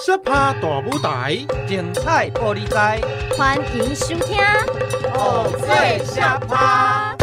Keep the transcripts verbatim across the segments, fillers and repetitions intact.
小趴大舞台， 精彩玻璃台， 欢迎收听哦最小趴。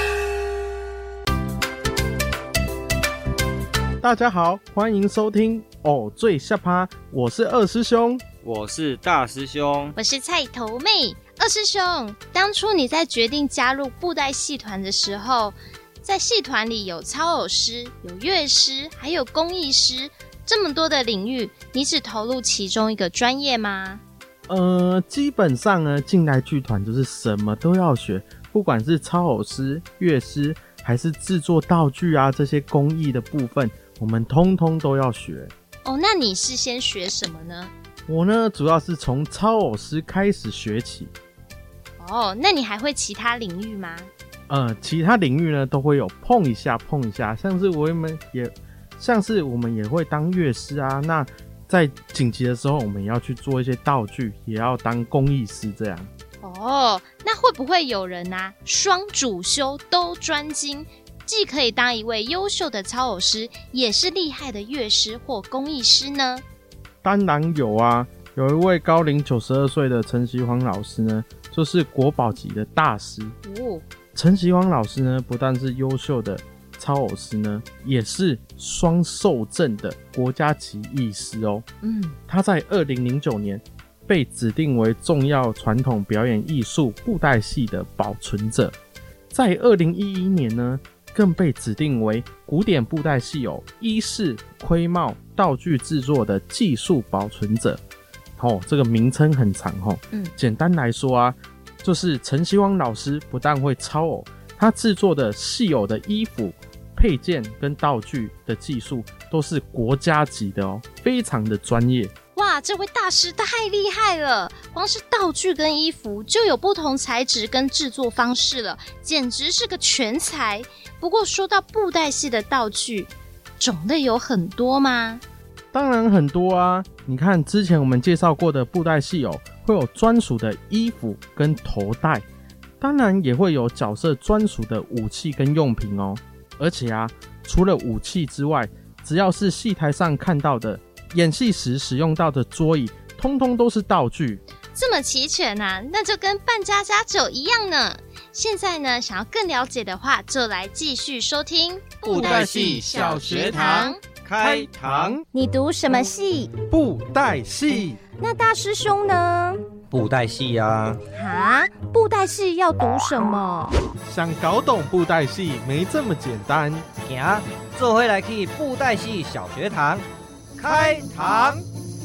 大家好，欢迎收听哦最下趴，我是二师兄， 我是大师兄， 我是菜头妹。二师兄，当初你在决定加入布袋戏团的时候，在戏团里有操偶师、有乐师，还有工艺师，这么多的领域，你只投入其中一个专业吗？ 呃，基本上呢，进来剧团就是什么都要学，不管是操偶师、乐师，还是制作道具啊这些工艺的部分，我们通通都要学。 哦，那你是先学什么呢？ 我呢，主要是从操偶师开始学起。 哦，那你还会其他领域吗？ 呃，其他领域呢都会有碰一下碰一下，像是我们也像是我们也会当乐师啊，那在紧急的时候我们也要去做一些道具，也要当工艺师这样。 哦，那会不会有人啊双主修都专精，既可以当一位优秀的操偶师，也是厉害的乐师或工艺师呢？ 当然有啊，有一位高龄九十二岁的陈锡煌老师呢，就是国宝级的大师。 哦， 陈锡煌老师呢，不但是优秀的操偶师呢，也是双受证的国家级艺师哦。 嗯， 他在二零零九年被指定为重要传统表演艺术布袋戏的保存者，在二零一一年呢，更被指定为古典布袋戏偶衣饰、盔帽、道具制作的技术保存者。哦，这个名称很长哦。嗯，简单来说啊，就是陈锡煌老师不但会操偶，他制作的戏偶的衣服、配件跟道具的技术都是国家级的哦，非常的专业。 哇，这位大师太厉害了！光是道具跟衣服就有不同材质跟制作方式了，简直是个全才。不过说到布袋戏的道具，种类有很多吗？ 当然很多啊！你看之前我们介绍过的布袋戏偶，会有专属的衣服跟头带，当然也会有角色专属的武器跟用品哦。而且啊，除了武器之外，只要是戏台上看到的演戏时使用到的桌椅，通通都是道具。 这么齐全啊，那就跟扮家家酒一样呢。现在呢，想要更了解的话，就来继续收听布袋戏小学堂开堂。 你读什么戏？ 布袋戏。 那大师兄呢？ 布袋戏啊。 哈，布袋戏要读什么？ 想搞懂布袋戏没这么简单。 行，做伙来去布袋戏小学堂开堂。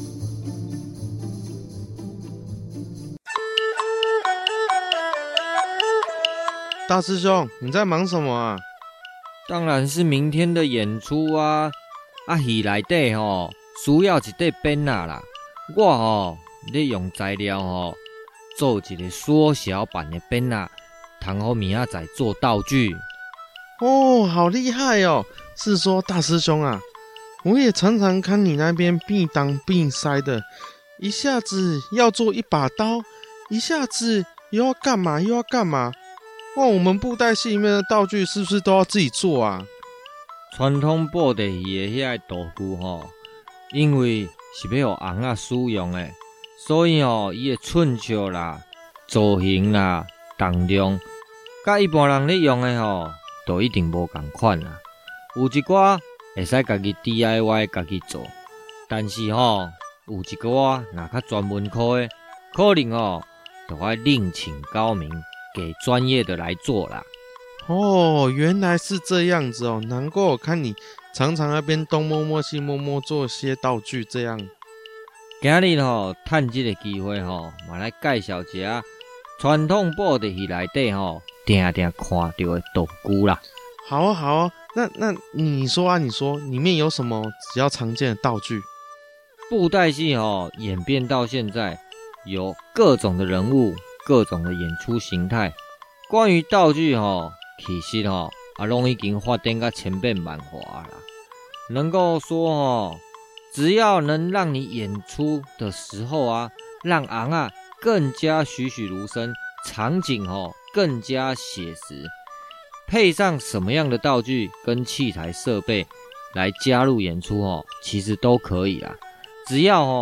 大师兄，你在忙什么啊？ 当然是明天的演出啊！啊，戏内底吼需要一块板仔啦，我吼咧用材料吼做一个缩小版的板仔，通好明仔载做道具。 哦，好厉害哦！是说大师兄啊，我也常常看你那边必当必塞的，一下子要做一把刀，一下子又要干嘛又要干嘛。哇，我们布袋戏里面的道具是不是都要自己做啊？ 传统布袋戏的遐个道具吼，因为是要互红仔使用的，所以吼伊的寸尺啦、造型啦、重量，甲一般人咧用的吼，都一定无同款啦。有一寡会使家己 D I Y 家己做，但是吼有一寡若较专门科的，可能吼就要另请高明。给专业的来做啦。 哦，原来是这样子哦，难怪我看你常常那边东摸摸西摸摸做些道具这样。 今日吼，趁这个机会吼，嘛来介绍一下传统布袋戏内底吼，定定看到的道具啦。 好啊，好啊，那那你说啊，你说里面有什么比较常见的道具？ 布袋戏吼演变到现在，有各种的人物。各种的演出形态，关于道具吼，其实吼啊，拢已经发展到千变万化啦。能够说吼，只要能让你演出的时候啊，让昂啊更加栩栩如生，场景吼更加写实，配上什么样的道具跟器材设备来加入演出吼，其实都可以啦。只要吼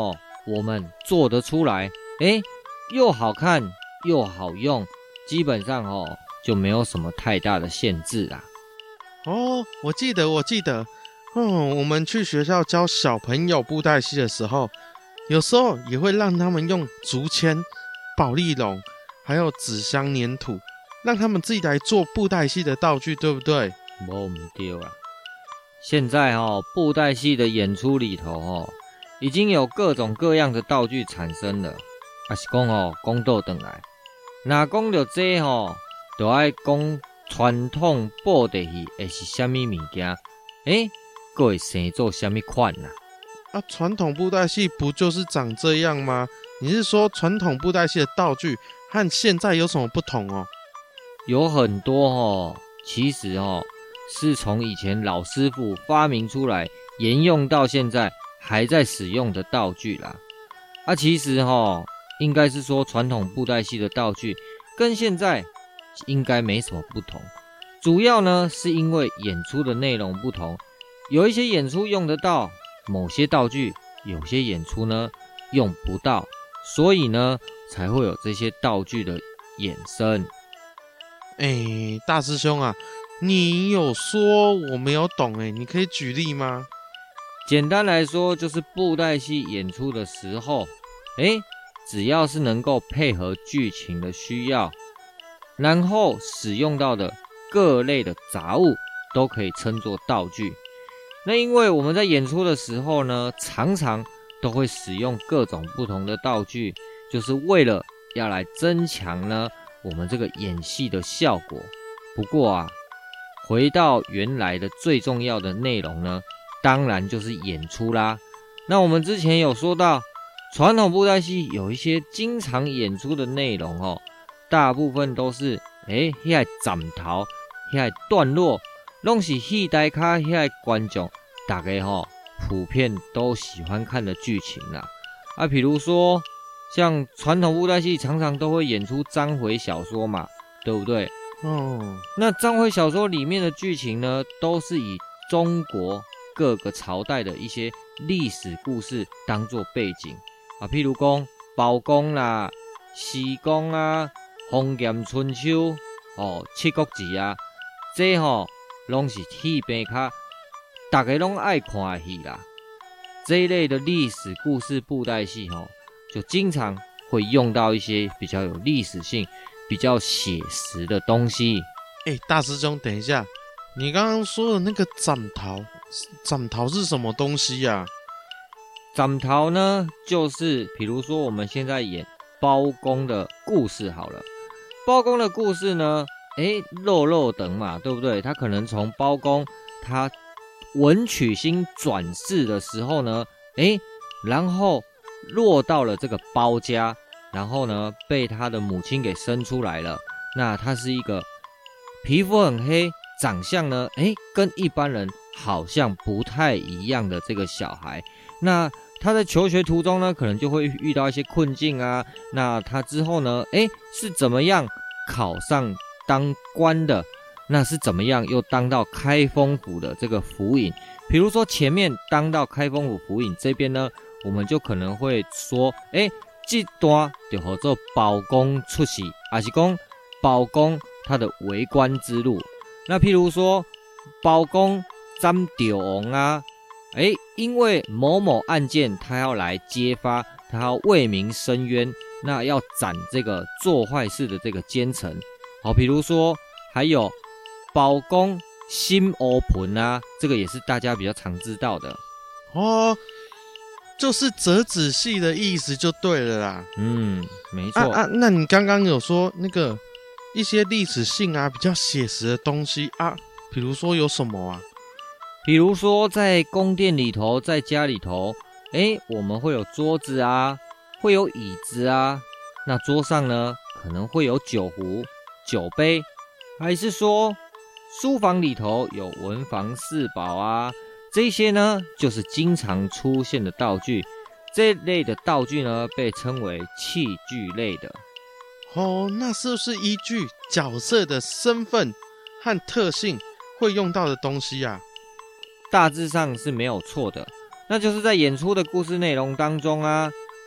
我们做得出来，诶，又好看又好用，基本上哦就没有什么太大的限制啦。 哦，我记得，我记得，哦，我们去学校教小朋友布袋戏的时候，有时候也会让他们用竹签、保丽龙，还有纸箱粘土，让他们自己来做布袋戏的道具，对不对？ 没唔对啦。现在哦，布袋戏的演出里头哦，已经有各种各样的道具产生了。也是讲哦，讲倒转来，那讲到这吼，就要讲传统布袋戏会是什么物件？诶，佫会生做什么款啦？ 啊，传统布袋戏不就是长这样吗？你是说传统布袋戏的道具和现在有什么不同哦？ 有很多哦，其实哦，是从以前老师傅发明出来，沿用到现在还在使用的道具啦。啊，其实哦，应该是说传统布袋戏的道具跟现在应该没什么不同，主要呢是因为演出的内容不同，有一些演出用得到某些道具，有些演出呢用不到，所以呢才会有这些道具的衍生。 哎，大师兄啊，你有说我没有懂哎，你可以举例吗？ 简单来说，就是布袋戏演出的时候，诶，只要是能够配合剧情的需要，然后使用到的各类的杂物都可以称作道具。那因为我们在演出的时候呢，常常都会使用各种不同的道具，就是为了要来增强呢我们这个演戏的效果。不过啊，回到原来的最重要的内容呢，当然就是演出啦。那我们之前有说到，传统布袋戏有一些经常演出的内容哦，大部分都是诶，迄个斩头、迄个段落，拢是戏台卡迄个观众大家吼普遍都喜欢看的剧情啦。啊，比如说像传统布袋戏常常都会演出章回小说嘛，对不对？ 哦， 那章回小说里面的剧情呢，都是以中国各个朝代的一些历史故事当作背景啊，譬如讲包公啦、西公啊、封建春秋、哦七国志啊，这吼拢是戏边卡大家拢爱看的戏啦。这一类的历史故事布袋戏吼，就经常会用到一些比较有历史性、比较写实的东西。 哎，大师兄，等一下，你刚刚说的那个斩头，斩头是什么东西呀？ 斩头呢，就是比如说我们现在演包公的故事好了，包公的故事呢，诶，肉肉等嘛，对不对？他可能从包公他文曲星转世的时候呢，诶，然后落到了这个包家，然后呢被他的母亲给生出来了。那他是一个皮肤很黑，长相呢，诶，跟一般人好像不太一样的这个小孩。那他在求学途中呢，可能就会遇到一些困境啊。那他之后呢，诶，是怎么样考上当官的？那是怎么样又当到开封府的这个府尹？比如说前面当到开封府府尹这边呢，我们就可能会说，诶，这段就叫做包公出世，还是讲包公他的为官之路。那譬如说包公斩赵王啊，诶，因为某某案件他要来揭发，他要为民伸冤，那要斩这个做坏事的这个奸臣。好，比如说还有包公心乌盆啊，这个也是大家比较常知道的哦，就是折子戏的意思就对了啦。 嗯，没错。 啊啊，那你刚刚有说那个一些历史性啊、比较写实的东西啊，比如说有什么啊？ 比如说在宫殿里头，在家里头，诶，我们会有桌子啊，会有椅子啊。那桌上呢，可能会有酒壶、酒杯，还是说书房里头有文房四宝啊，这些呢就是经常出现的道具。这类的道具呢被称为器具类的。 哦，那是不是依据角色的身份和特性会用到的东西啊？ 大致上是没有错的。那就是在演出的故事内容当中啊，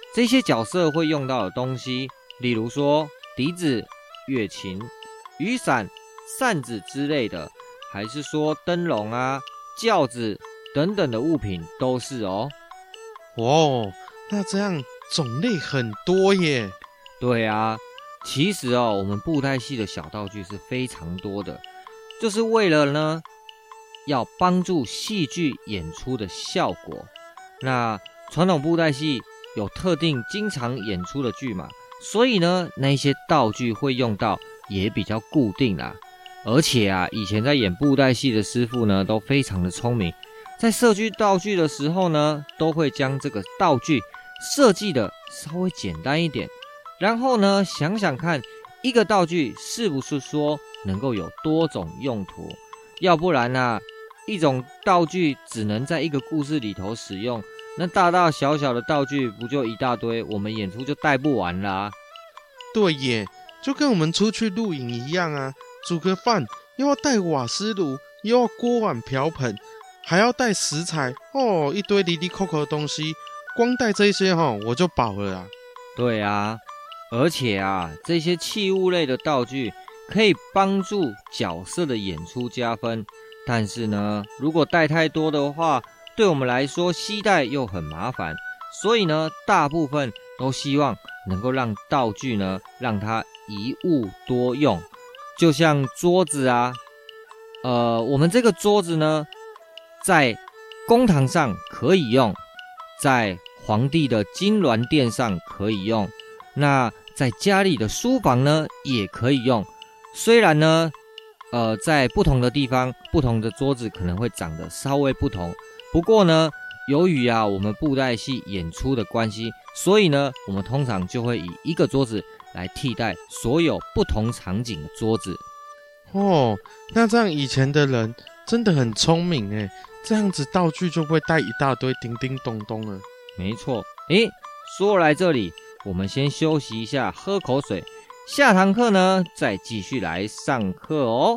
这些角色会用到的东西，例如说笛子、乐琴、雨伞、扇子之类的，还是说灯笼啊、轿子等等的物品都是哦。 哦，那这样种类很多耶。 对啊，其实哦，我们布袋戏的小道具是非常多的，就是为了呢，要帮助戏剧演出的效果。那传统布袋戏有特定经常演出的剧嘛，所以呢，那些道具会用到也比较固定啦。而且啊，以前在演布袋戏的师傅呢，都非常的聪明，在设计道具的时候呢，都会将这个道具设计的稍微简单一点，然后呢，想想看，一个道具是不是说能够有多种用途，要不然啊，一种道具只能在一个故事里头使用，那大大小小的道具不就一大堆，我们演出就带不完啦、啊。 对耶，就跟我们出去露营一样啊，煮个饭又要带瓦斯炉，又要锅碗瓢盆，还要带食材哦，一堆离离扣扣的东西，光带这些哈、哦、我就饱了啊。 对啊，而且啊，这些器物类的道具可以帮助角色的演出加分，但是呢，如果带太多的话，对我们来说携带又很麻烦，所以呢，大部分都希望能够让道具呢，让它一物多用。就像桌子啊，呃，我们这个桌子呢，在公堂上可以用，在皇帝的金銮殿上可以用，那在家里的书房呢也可以用。虽然呢，呃，在不同的地方，不同的桌子可能会长得稍微不同，不过呢，由于啊我们布袋戏演出的关系，所以呢，我们通常就会以一个桌子来替代所有不同场景的桌子。 哦，那这样以前的人真的很聪明哎，这样子道具就不会带一大堆叮叮咚咚了。 没错，诶，说来这里，我们先休息一下，喝口水。下堂课呢，再继续来上课哦。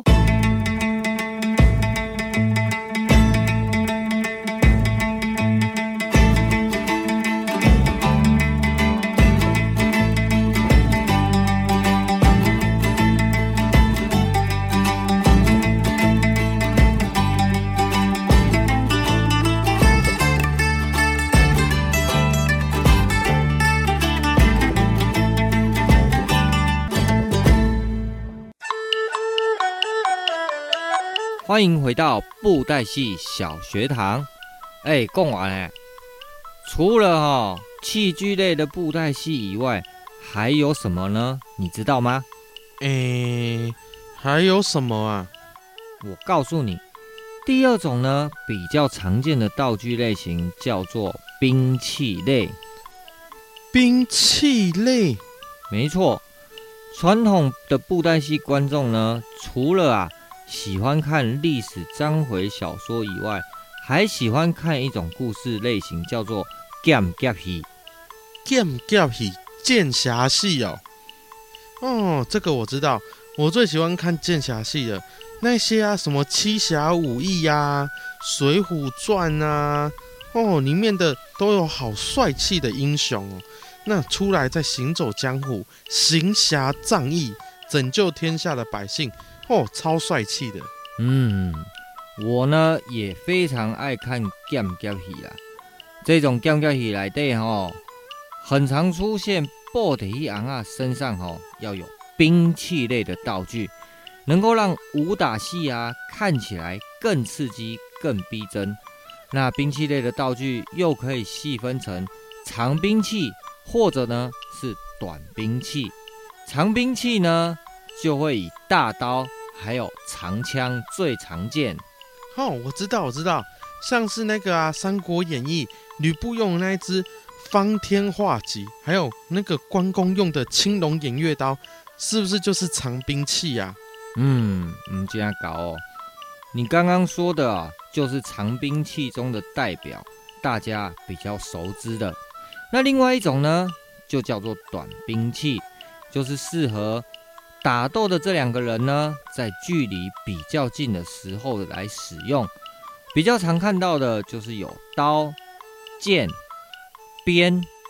欢迎回到布袋戏小学堂。哎，讲完了，除了哦器具类的布袋戏以外，还有什么呢？你知道吗？ 诶，还有什么啊？ 我告诉你，第二种呢，比较常见的道具类型叫做兵器类。 兵器类？ 没错，传统的布袋戏观众呢，除了啊喜欢看历史章回小说以外，还喜欢看一种故事类型，叫做剑侠戏。 剑侠戏，剑侠戏哦。哦，这个我知道，我最喜欢看剑侠戏的那些啊，什么七侠五义啊、水浒传啊，哦，里面的都有好帅气的英雄哦。那出来在行走江湖，行侠仗义，拯救天下的百姓。哦，超帅气的。 嗯，我呢也非常爱看剑侠戏啦。这种剑侠戏里底吼，很常出现布袋戏翁啊身上吼要有兵器类的道具，能够让武打戏啊看起来更刺激、更逼真。那兵器类的道具又可以细分成长兵器，或者呢是短兵器。长兵器呢，就会以大刀还有长枪最常见。 哦，我知道，我知道，像是那个啊，《三国演义》吕布用的那一支方天画戟，还有那个关公用的青龙偃月刀，是不是就是长兵器啊？ 嗯，唔这样搞哦。你刚刚说的啊，就是长兵器中的代表，大家比较熟知的。那另外一种呢，就叫做短兵器，就是适合打斗的这两个人呢，在距离比较近的时候来使用。比较常看到的就是有刀、剑、鞭，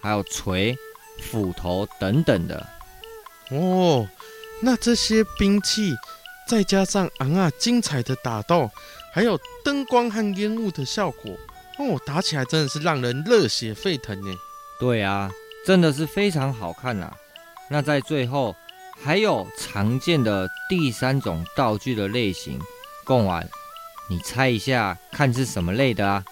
还有锤、斧头等等的。 哦，那这些兵器，再加上昂啊精彩的打斗，还有灯光和烟雾的效果，哦，打起来真的是让人热血沸腾呢。 对啊，真的是非常好看啊。那在最后还有常见的第三种道具的类型，贡丸，你猜一下看是什么类的啊？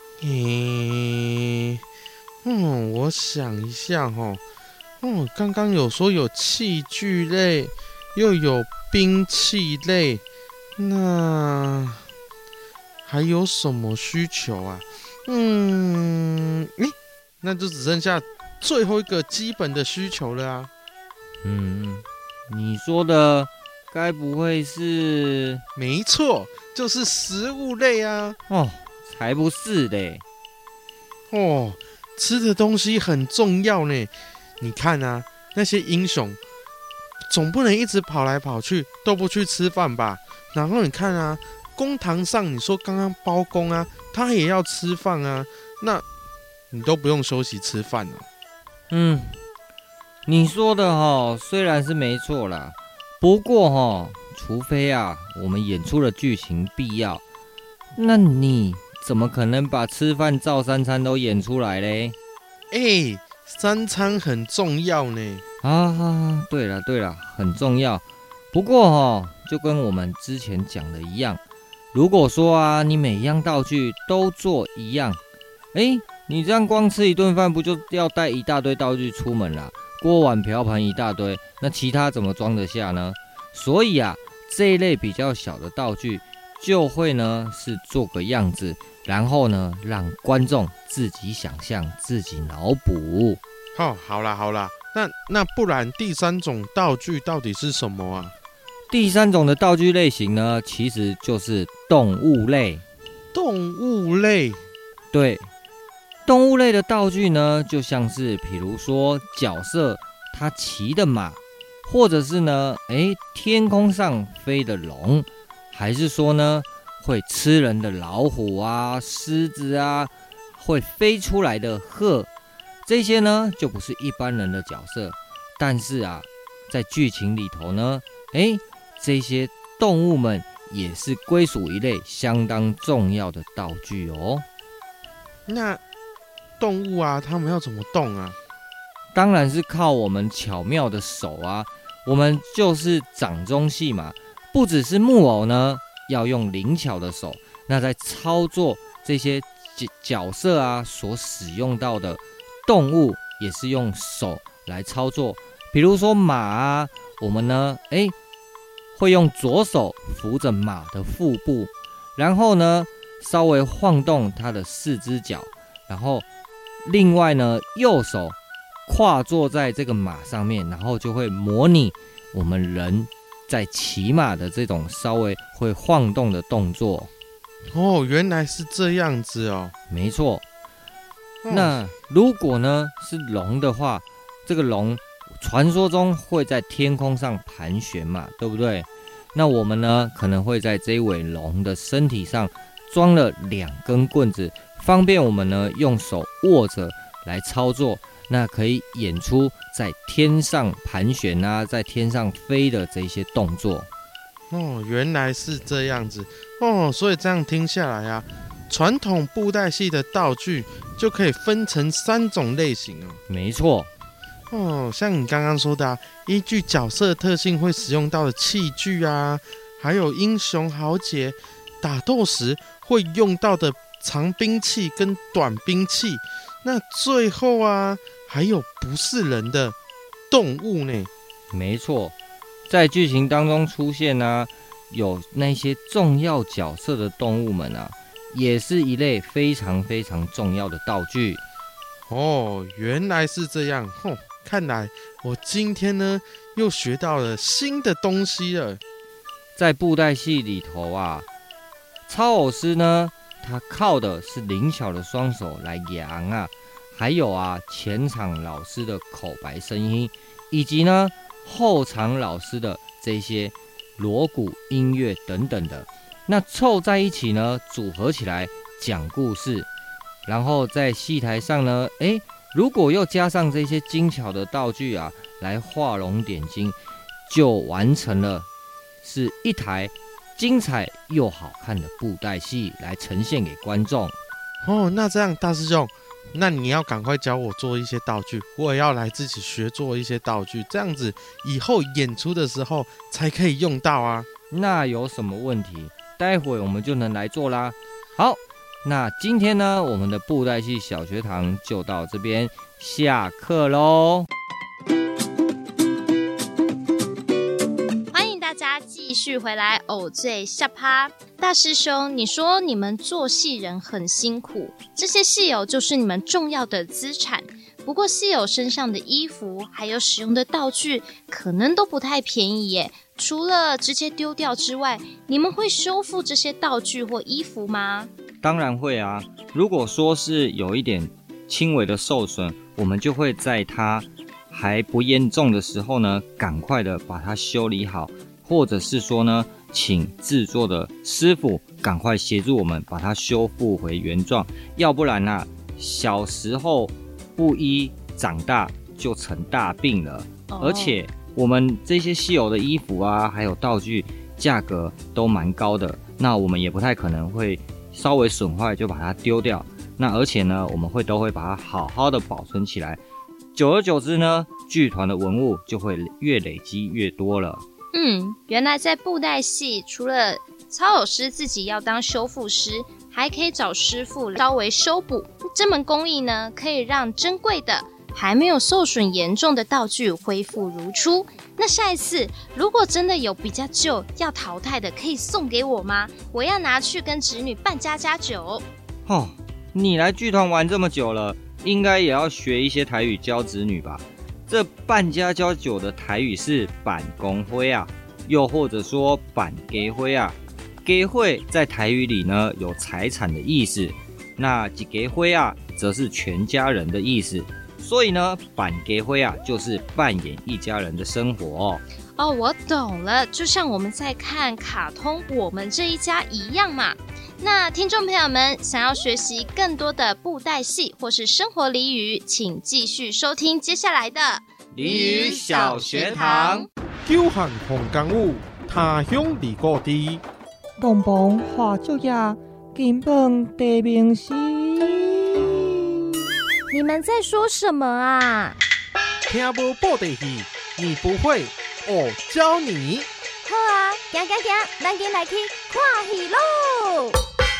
诶，嗯，我想一下哦，哦，刚刚有说有器具类，又有兵器类，那还有什么需求啊？嗯，诶，那就只剩下最后一个基本的需求了啊。 嗯，你说的该不会是？ 没错，就是食物类啊。 哦，才不是嘞。 哦，吃的东西很重要呢。你看啊，那些英雄总不能一直跑来跑去，都不去吃饭吧？然后你看啊，公堂上你说刚刚包公啊，他也要吃饭啊，那你都不用休息吃饭了。 嗯，你说的齁，虽然是没错啦，不过齁，除非啊，我们演出的剧情必要，那你怎么可能把吃饭照三餐都演出来嘞？ 哎，三餐很重要呢。 啊，对了对了，很重要。不过齁，就跟我们之前讲的一样，如果说啊，你每样道具都做一样，哎，你这样光吃一顿饭，不就要带一大堆道具出门啦？锅碗瓢盆一大堆，那其他怎么装得下呢？所以啊，这一类比较小的道具，就会呢是做个样子，然后呢让观众自己想象、自己脑补。 哦，好啦好啦，那那不然第三种道具到底是什么啊？ 第三种的道具类型呢，其实就是动物类。 动物类， 对。动物类的道具呢，就像是比如说角色他骑的马，或者是呢，诶天空上飞的龙，还是说呢会吃人的老虎啊、狮子啊，会飞出来的鹤，这些呢就不是一般人的角色，但是啊，在剧情里头呢，诶这些动物们也是归属一类相当重要的道具哦。 那动物啊，它们要怎么动啊？ 当然是靠我们巧妙的手啊！我们就是掌中戏嘛，不只是木偶呢，要用灵巧的手。那在操作这些角色啊，所使用到的动物也是用手来操作。比如说马啊，我们呢，哎，会用左手扶着马的腹部，然后呢，稍微晃动它的四只脚，然后另外呢，右手跨坐在这个马上面，然后就会模拟我们人在骑马的这种稍微会晃动的动作。 哦，原来是这样子哦。 没错。 哦、 那如果呢是龙的话，这个龙传说中会在天空上盘旋嘛，对不对？那我们呢可能会在这一尾龙的身体上装了两根棍子，方便我们呢用手握着来操作，那可以演出在天上盘旋啊，在天上飞的这些动作。 哦，原来是这样子哦，所以这样听下来啊，传统布袋戏的道具就可以分成三种类型哦。 没错。 哦，像你刚刚说的啊，依据角色特性会使用到的器具啊，还有英雄豪杰打斗时会用到的长兵器跟短兵器，那最后啊，还有不是人的动物呢。 没错，在剧情当中出现啊，有那些重要角色的动物们啊，也是一类非常非常重要的道具。 哦，原来是这样，哼，看来我今天呢又学到了新的东西了。 在布袋戏里头啊，操偶师呢，他靠的是灵巧的双手来扬啊，还有啊前场老师的口白声音，以及呢后场老师的这些锣鼓音乐等等的，那凑在一起呢，组合起来讲故事。然后在戏台上呢，诶， 如果又加上这些精巧的道具啊，来画龙点睛，就完成了是一台精彩又好看的布袋戏来呈现给观众。 哦，那这样大师兄，那你要赶快教我做一些道具，我也要来自己学做一些道具，这样子以后演出的时候才可以用到啊。 那有什么问题？待会我们就能来做啦。好，那今天呢，我们的布袋戏小学堂就到这边下课咯。 欢迎大家继续回来偶醉下趴。大师兄，你说你们做戏人很辛苦，这些戏友就是你们重要的资产。不过戏友身上的衣服还有使用的道具可能都不太便宜耶，除了直接丢掉之外，你们会修复这些道具或衣服吗？ 当然会啊，如果说是有一点轻微的受损，我们就会在它还不严重的时候呢，赶快的把它修理好，或者是说呢，请制作的师傅赶快协助我们把它修复回原状，要不然啊，小时候不医，长大就成大病了。Oh. 而且我们这些稀有的衣服啊，还有道具，价格都蛮高的，那我们也不太可能会稍微损坏就把它丢掉。那而且呢，我们会都会把它好好的保存起来。久而久之呢，剧团的文物就会越累积越多了。 嗯，原来在布袋戏，除了操偶师自己要当修复师，还可以找师傅稍微修补。这门工艺呢，可以让珍贵的还没有受损严重的道具恢复如初。那下一次如果真的有比较旧要淘汰的，可以送给我吗？我要拿去跟侄女办家家酒。 哦，你来剧团玩这么久了，应该也要学一些台语教子女吧？这办家家酒的台语是板公灰啊，又或者说板给灰啊。给灰在台语里呢有财产的意思，那几给灰啊则是全家人的意思。所以呢，板给灰啊就是扮演一家人的生活哦。 哦，我懂了，就像我们在看卡通《我们这一家》一样嘛。那听众朋友们想要学习更多的布袋戏或是生活俚语，请继续收听接下来的俚语小学堂。 久旱逢甘雨，他乡遇故知。 东房花烛夜，金榜题名时。 你们在说什么啊？ 听无布袋戏，你不会，我教你。 好啊，行行行，咱今来去看戏喽！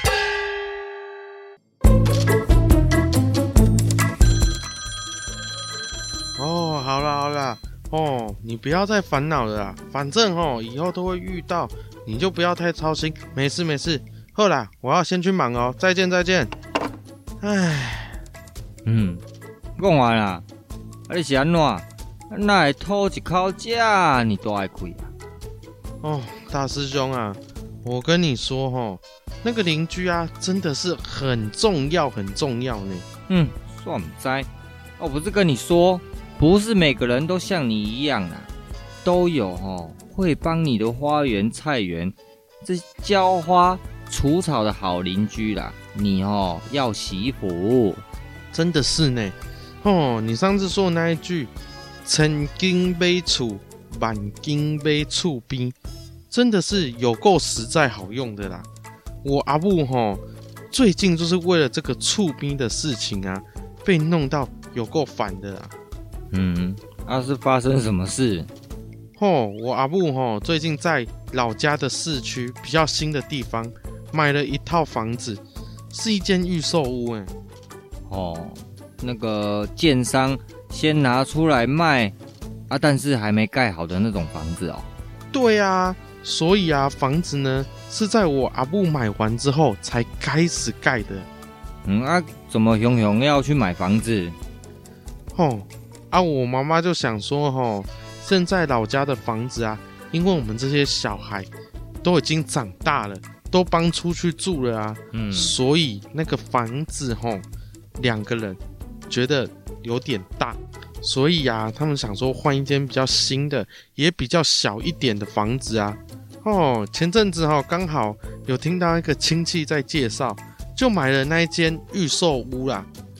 哦，好啦好啦，哦，你不要再烦恼了啦，反正哦以后都会遇到，你就不要太操心，没事没事。好啦，我要先去忙哦，再见再见。唉， 嗯，讲完啦，啊你是安怎？哪会吐一口这么大的气啊？ 哦，大师兄啊，我跟你说哦，那个邻居啊，真的是很重要很重要呢。 嗯，算不知，我不是跟你说，不是每个人都像你一样啊，都有哦会帮你的花园菜园这浇花除草的好邻居啦。你哦要惜福， 真的是呢。哦，你上次说的那一句“千金买厝，万金买厝边”，真的是有够实在好用的啦。我阿母吼，最近就是为了这个厝边的事情啊，被弄到有够烦的啦。 嗯，啊是发生什么事？ 吼，我阿母吼最近在老家的市区比较新的地方买了一套房子，是一间预售屋哎。 哦，那个建商先拿出来卖啊，但是还没盖好的那种房子哦。 对啊，所以啊，房子呢是在我阿母买完之后才开始盖的。 嗯啊，怎么熊熊要去买房子？ 吼啊，我妈妈就想说吼，现在老家的房子啊，因为我们这些小孩都已经长大了，都搬出去住了啊，嗯，所以那个房子吼，两个人觉得有点大，所以啊，他们想说换一间比较新的，也比较小一点的房子啊。哦，前阵子哈，刚好有听到一个亲戚在介绍，就买了那一间预售屋啦。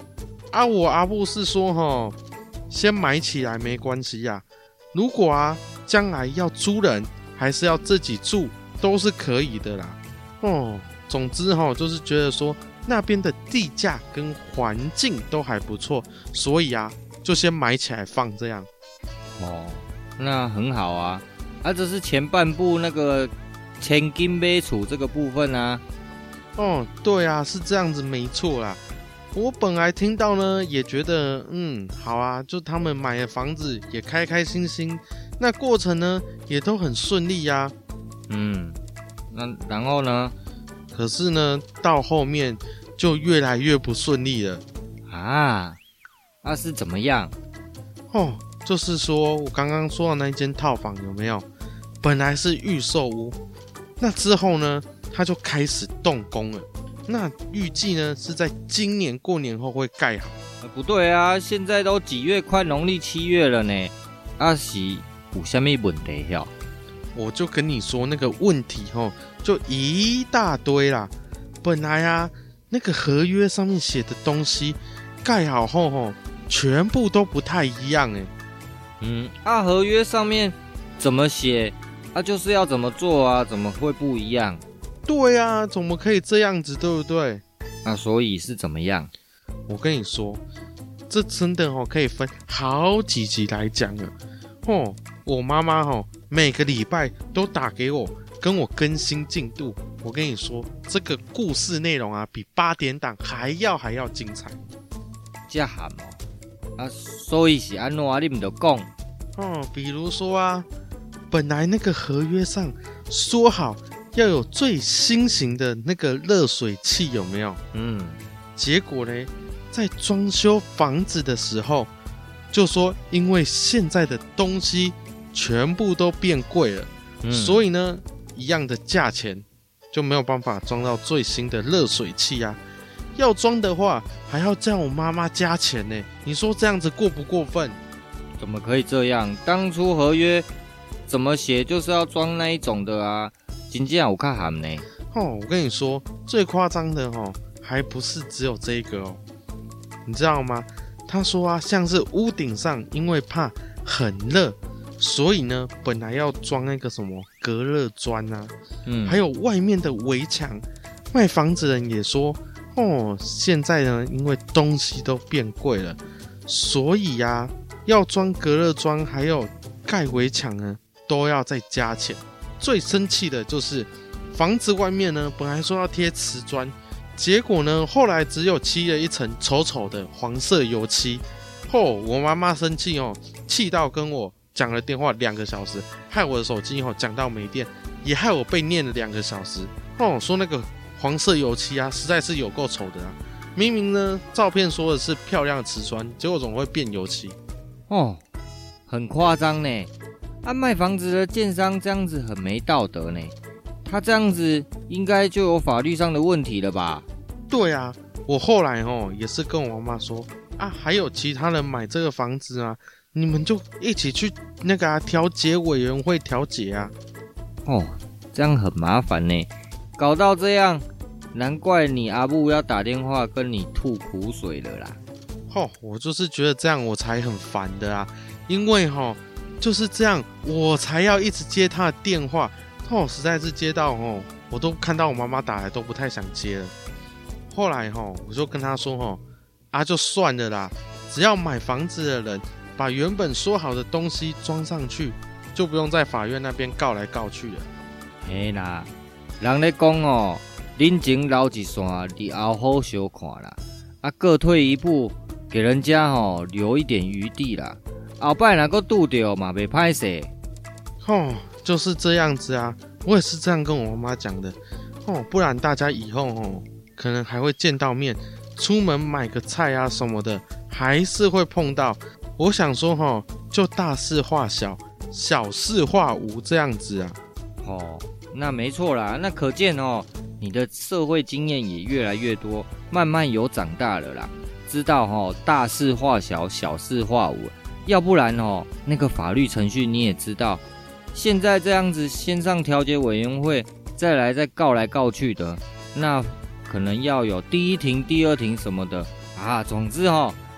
啊，我阿布是说齁，先买起来没关系呀、啊。如果啊，将来要租人还是要自己住，都是可以的啦。哦，总之齁，就是觉得说那边的地价跟环境都还不错，所以啊，就先买起来放这样。 哦，那很好啊。啊，这是前半部那个千金买厝这个部分啊。 哦，对啊，是这样子没错啦。我本来听到呢，也觉得嗯好啊，就他们买了房子也开开心心，那过程呢也都很顺利呀、啊。 嗯，那然后呢？ 可是呢，到后面就越来越不顺利了。 啊，那、啊、是怎么样？ 哦，就是说我刚刚说的那间套房有没有？本来是预售屋，那之后呢，它就开始动工了。那预计呢是在今年过年后会盖好。 啊、不对啊，现在都几月？快农历七月了呢。啊是有什么问题呀？ 我就跟你说那个问题吼，就一大堆啦。本来啊，那个合约上面写的东西盖好后吼，全部都不太一样哎。 嗯，啊，合约上面怎么写？啊，就是要怎么做啊？怎么会不一样？ 对啊，怎么可以这样子，对不对？ 那所以是怎么样？ 我跟你说，这真的哦，可以分好几集来讲了。哦，我妈妈哦，每个礼拜都打给我，跟我更新进度。我跟你说，这个故事内容啊，比八点档还要还要精彩。 这喊哦，啊，所以是安怎你唔就讲？ 哦，比如说啊，本来那个合约上说好要有最新型的那个热水器，有没有？ 嗯， 结果呢，在装修房子的时候，就说因为现在的东西全部都变贵了，嗯、所以呢，一样的价钱就没有办法装到最新的热水器啊。要装的话，还要叫我妈妈加钱呢。你说这样子过不过分？ 怎么可以这样？当初合约怎么写就是要装那一种的啊，真正有较含呢。 哦，我跟你说，最夸张的哦，还不是只有这个哦，你知道吗？他说啊，像是屋顶上，因为怕很热，所以呢，本来要装那个什么隔热砖啊，嗯，还有外面的围墙。卖房子的人也说，哦，现在呢，因为东西都变贵了，所以啊，要装隔热砖，还有盖围墙呢，都要再加钱。最生气的就是房子外面呢，本来说要贴瓷砖，结果呢，后来只有漆了一层丑丑的黄色油漆。哦，我妈妈生气哦，气到跟我讲了电话两个小时，害我的手机哦讲到没电，也害我被念了两个小时。哦，说那个黄色油漆啊，实在是有够丑的啊！明明呢，照片说的是漂亮的瓷砖，结果怎么会变油漆？ 哦，很夸张呢。啊，卖房子的建商这样子很没道德呢。他这样子应该就有法律上的问题了吧？ 对啊，我后来哦也是跟我妈妈说啊，还有其他人买这个房子啊，你们就一起去那个啊调解委员会调解啊。 哦，这样很麻烦呢，搞到这样，难怪你阿母要打电话跟你吐苦水了啦。 哦，我就是觉得这样我才很烦的啊，因为哦就是这样，我才要一直接他的电话。哦，实在是接到哦，我都看到我妈妈打来都不太想接了。后来哦，我就跟他说哦，啊就算了啦，只要买房子的人把原本说好的东西装上去，就不用在法院那边告来告去了。 嘿啦，人咧讲哦，人情留一线，日后好相看啦。啊，各退一步，给人家哦留一点余地啦。后摆若搁拄到嘛，袂歹势。 哦，就是这样子啊，我也是这样跟我妈妈讲的。哦，不然大家以后哦，可能还会见到面，出门买个菜啊什么的，还是会碰到。我想说哦，就大事化小，小事化无这样子啊。 哦，那没错啦，那可见哦，你的社会经验也越来越多，慢慢有长大了啦，知道哦，大事化小，小事化无。要不然哦，那个法律程序你也知道，现在这样子先上调解委员会，再来再告来告去的，那可能要有第一庭、第二庭什么的啊。总之哦，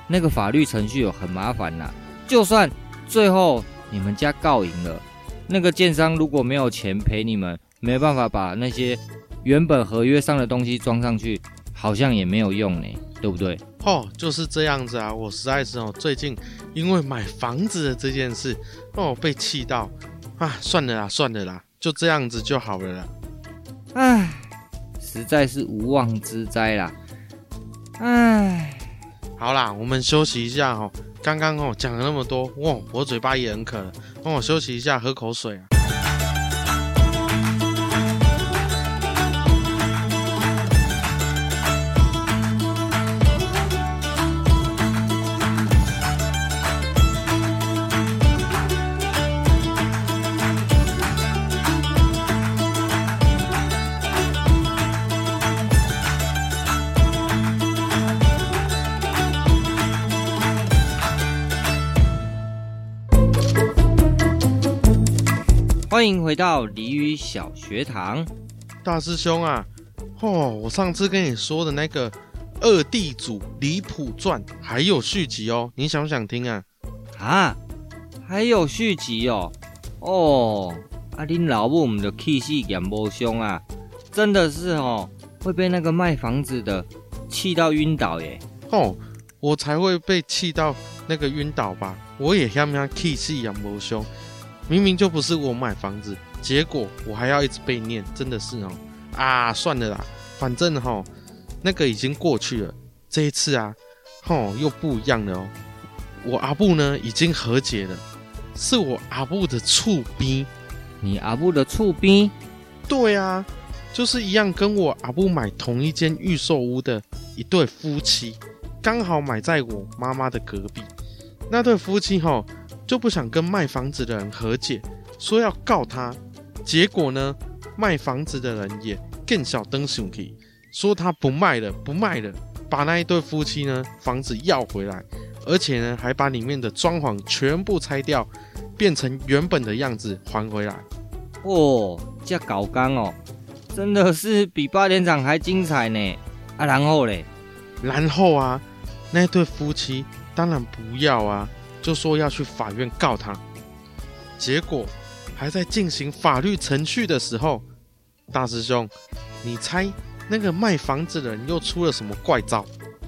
那个法律程序有很麻烦啦。就算最后你们家告赢了，那个建商如果没有钱赔你们，没办法把那些原本合约上的东西装上去，好像也没有用呢，对不对？ 哦，就是这样子啊！我实在是哦，最近因为买房子的这件事，哦，被气到啊！算了啦，算了啦，就这样子就好了啦。 唉，实在是无妄之灾啦！唉， 好啦，我们休息一下哦。刚刚哦讲了那么多，哇，我嘴巴也很渴了，帮我休息一下，喝口水啊。 欢迎回到俚语小学堂。 大师兄啊，哦，我上次跟你说的那个《二地主离谱传》还有续集哦，你想不想听啊？ 啊，还有续集哦？哦，啊，恁老母唔就气死眼无凶啊！真的是哦，会被那个卖房子的气到晕倒耶！ 哦，我才会被气到那个晕倒吧？我也像像气死眼无凶。明明就不是我买房子，结果我还要一直被念，真的是哦啊，算了啦，反正齁那个已经过去了。这一次啊，齁又不一样了哦。我阿布呢已经和解了，是我阿布的厝边。 你阿布的厝边？ 对啊，就是一样跟我阿布买同一间预售屋的一对夫妻，刚好买在我妈妈的隔壁。那对夫妻齁。就不想跟卖房子的人和解，说要告他。结果呢，卖房子的人也更小灯熊气，说他不卖了，不卖了，把那一对夫妻呢房子要回来，而且呢还把里面的装潢全部拆掉，变成原本的样子还回来。 哦，这搞刚哦，真的是比八点档还精彩呢！啊，然后嘞， 然后啊，那对夫妻当然不要啊。就说要去法院告他，结果还在进行法律程序的时候，大师兄，你猜那个卖房子的人又出了什么怪招？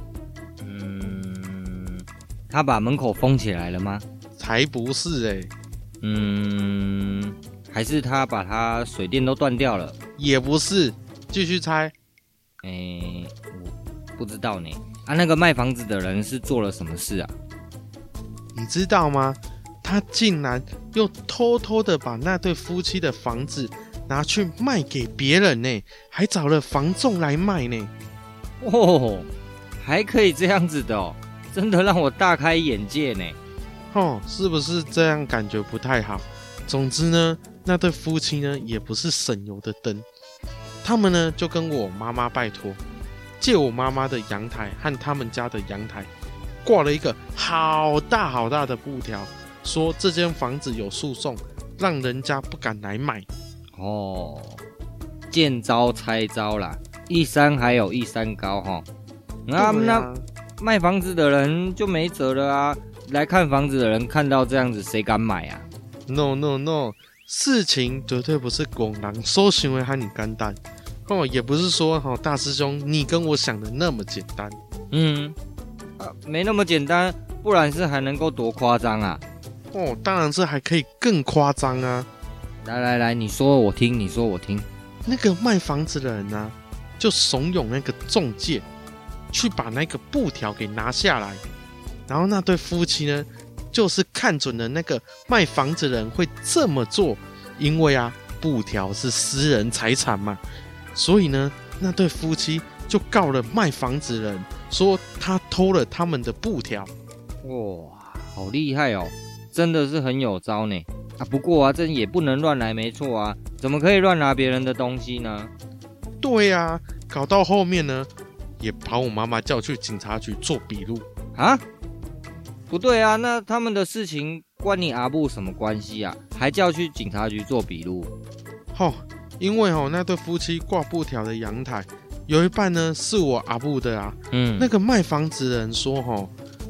嗯，他把门口封起来了吗？ 才不是欸。 嗯，还是他把他水电都断掉了？ 也不是，继续猜。 诶，我不知道呢。啊，那个卖房子的人是做了什么事啊？ 你知道吗？他竟然又偷偷的把那对夫妻的房子拿去卖给别人呢，还找了房仲来卖呢。 哦，还可以这样子的哦，真的让我大开眼界呢。 哦，是不是这样感觉不太好？总之呢，那对夫妻呢也不是省油的灯，他们呢就跟我妈妈拜托，借我妈妈的阳台和他们家的阳台。挂了一个好大好大的布条，说这间房子有诉讼，让人家不敢来买。 哦，见招拆招啦，一山还有一山高哈。那、啊、那卖房子的人就没辙了啊！来看房子的人看到这样子，谁敢买啊 ？No No No， 事情绝对不是广人所想的和你简单哦，也不是说哈、哦、大师兄你跟我想的那么简单。 嗯。啊、没那么简单，不然是还能够多夸张啊？ 哦，当然是还可以更夸张啊！ 来来来，你说我听，你说我听。 那个卖房子的人呢、啊，就怂恿那个中介去把那个布条给拿下来，然后那对夫妻呢，就是看准了那个卖房子的人会这么做，因为啊，布条是私人财产嘛，所以呢，那对夫妻就告了卖房子的人。说他偷了他们的布条。 哇，好厉害哦，真的是很有招呢。啊，不过啊，这也不能乱来，没错啊，怎么可以乱拿别人的东西呢？ 对啊，搞到后面呢，也把我妈妈叫去警察局做笔录啊。不对啊，那他们的事情关你阿布什么关系啊？还叫去警察局做笔录？ 哦，因为哦，那对夫妻挂布条的阳台有一半呢是我阿布的啊。嗯，那个卖房子的人说哦，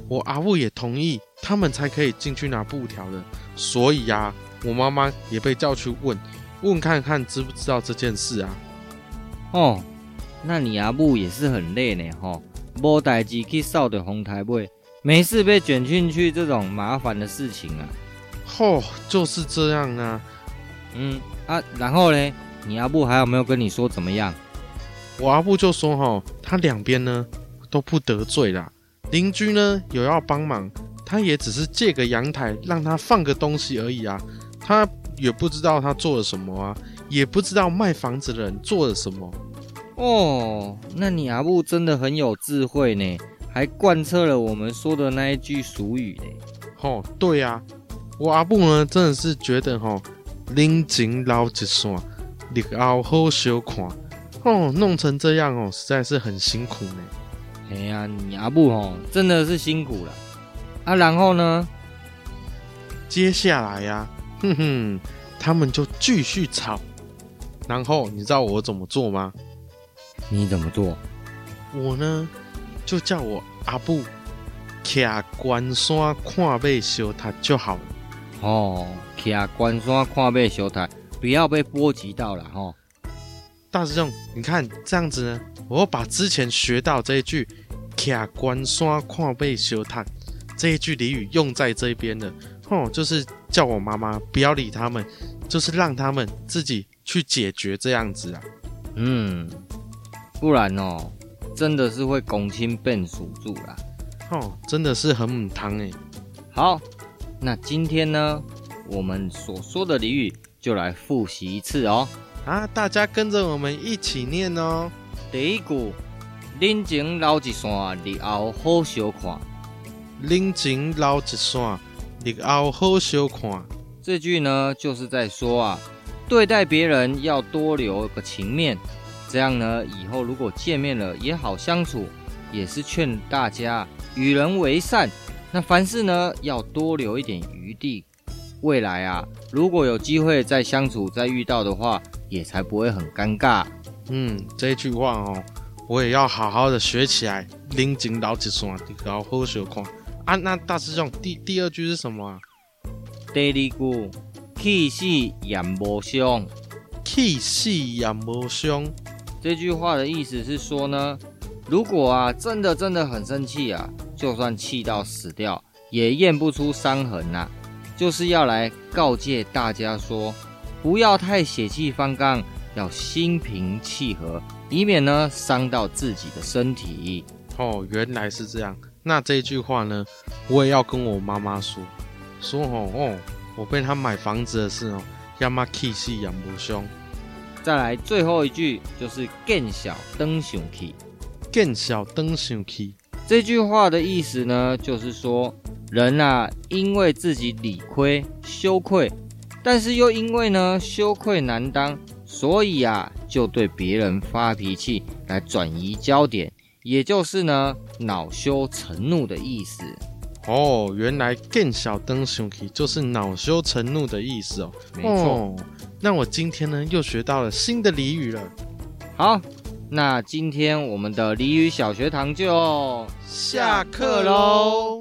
我阿布也同意，他们才可以进去拿布条的。所以啊，我妈妈也被叫去问，问看看知不知道这件事啊。 哦，那你阿母也是很累呢吼，没代志去扫着红台尾，没事被卷进去这种麻烦的事情啊。 哦，就是这样啊。 嗯啊，然后呢，你阿母还有没有跟你说怎么样？ 我阿布就说哈，他两边呢都不得罪啦。邻居呢有要帮忙，他也只是借个阳台让他放个东西而已啊。他也不知道他做了什么啊，也不知道卖房子的人做了什么。 哦，那你阿母真的很有智慧呢，还贯彻了我们说的那一句俗语呢。 哦，对啊，我阿布呢真的是觉得哈，人情老一线，日后好小看。哦，弄成这样哦，实在是很辛苦呢。 哎呀，你阿母哦，真的是辛苦了啊。然后呢？ 接下来呀、啊，哼哼，他们就继续吵。然后你知道我怎么做吗？ 你怎么做？ 我呢，就叫我阿布徛关山看马小塔就好了。 哦，徛关山看马小塔，不要被波及到了哈、哦。 大师兄，你看这样子呢，我要把之前学到这一句“徛关山看马小塔”这一句俚语用在这边了。哦，就是叫我妈妈不要理他们，就是让他们自己去解决这样子啊。 嗯，不然哦，真的是会公亲变属住啦。 哦，真的是很母汤哎。 好，那今天呢，我们所说的俚语就来复习一次哦。 啊，大家跟着我们一起念哦。 第一句，人情留一线，日后好相看。 人情留一线，日后好相看。 这句呢，就是在说啊，对待别人要多留个情面，这样呢，以后如果见面了也好相处。也是劝大家与人为善，那凡事呢要多留一点余地。未来啊，如果有机会再相处、再遇到的话，也才不会很尴尬。 嗯，这句话哦，我也要好好的学起来。人情留一线，日后好相看。啊，那大师兄，第第二句是什么啊？ 第二句，气死也无伤。 气死也无伤。 这句话的意思是说呢，如果啊真的真的很生气啊，就算气到死掉，也验不出伤痕呐、啊。就是要来告诫大家说，不要太血气方刚，要心平气和，以免呢伤到自己的身体。 哦，原来是这样。那这句话呢，我也要跟我妈妈说，说哦哦，我被他买房子的事哦，要么气死也无伤。 再来最后一句就是见小灯上去。 见小灯上去。 这句话的意思呢，就是说人啊，因为自己理亏羞愧，但是又因为呢羞愧难当，所以啊就对别人发脾气来转移焦点，也就是呢恼羞成怒的意思。 哦，原来见小灯上去就是恼羞成怒的意思哦。 没错、 哦。那我今天呢又学到了新的俚语了。 好，那今天我们的俚语小学堂就下课喽。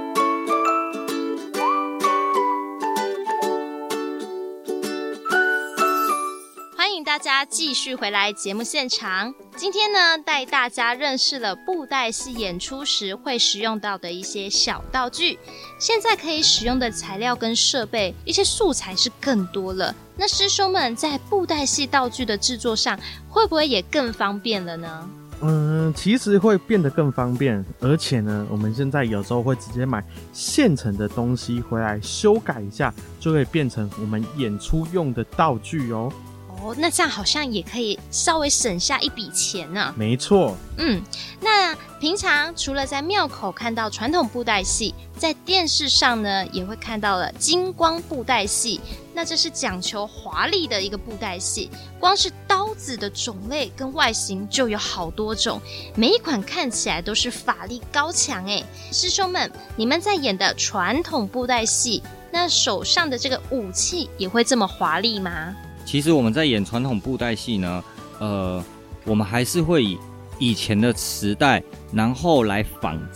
欢迎大家继续回来节目现场。今天呢，带大家认识了布袋戏演出时会使用到的一些小道具。现在可以使用的材料跟设备，一些素材是更多了。那师兄们在布袋戏道具的制作上，会不会也更方便了呢？ 嗯，其实会变得更方便，而且呢，我们现在有时候会直接买现成的东西回来修改一下，就会变成我们演出用的道具哦。 哦，那这样好像也可以稍微省下一笔钱呢、啊。 没错。 嗯，那平常除了在庙口看到传统布袋戏，在电视上呢也会看到了金光布袋戏。那这是讲求华丽的一个布袋戏，光是刀子的种类跟外形就有好多种，每一款看起来都是法力高强哎。师兄们，你们在演的传统布袋戏，那手上的这个武器也会这么华丽吗？ 其实我们在演传统布袋戏呢，呃，我们还是会以以前的时代，然后来仿制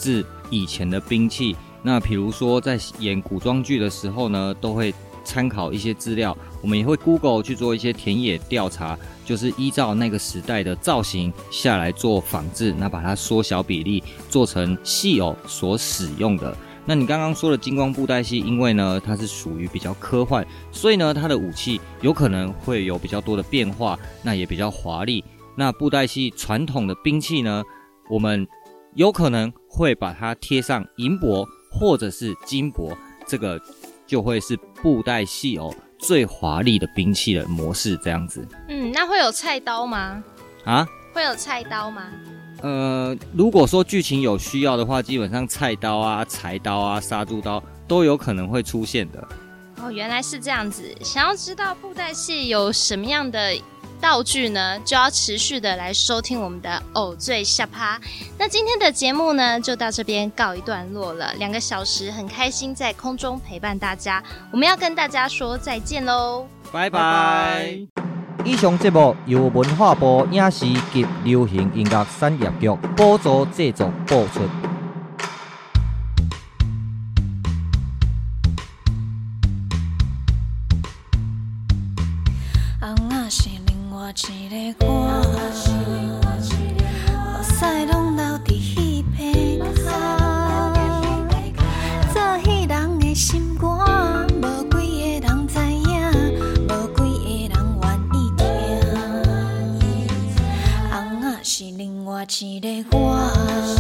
以前的兵器。那比如说在演古装剧的时候呢，都会参考一些资料，我们也会 Google 去做一些田野调查，就是依照那个时代的造型下来做仿制，那把它缩小比例，做成戏偶所使用的。那你刚刚说的金光布袋戏，因为呢它是属于比较科幻，所以呢它的武器有可能会有比较多的变化，那也比较华丽。那布袋戏传统的兵器呢，我们有可能会把它贴上银箔或者是金箔，这个就会是布袋戏偶最华丽的兵器的模式，这样子。 嗯，那会有菜刀吗？ 啊？ 会有菜刀吗？ 呃，如果说剧情有需要的话，基本上菜刀啊、柴刀啊、杀猪刀都有可能会出现的。 哦，原来是这样子。想要知道布袋戏有什么样的道具呢，就要持续的来收听我们的偶醉下趴。那今天的节目呢，就到这边告一段落了。两个小时很开心在空中陪伴大家，我们要跟大家说再见喽， 拜拜。 以上节目由文化部影视及流行音乐产业局补助制作播出。 红仔是另外一个我，目屎拢流伫戏棚口，做戏人的心肝，无几个人知影，无几个人愿意听。红仔是另外一个我，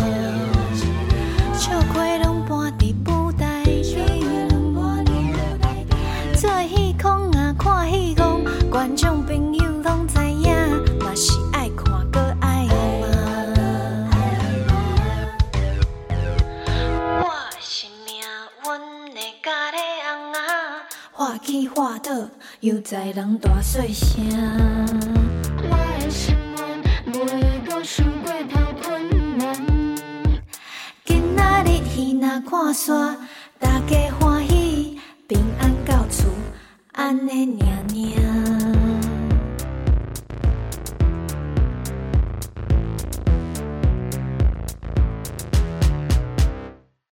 笑亏拢搬伫布袋戏，做戏空啊，看戏戆。观众朋友拢知影，嘛是爱看搁爱骂。我是命运的家己翁仔，画起画倒，又在人大细声。我的心愿袂阁想过头困难。今仔日戏若看煞，大家欢喜，平安到厝，安尼尔尔。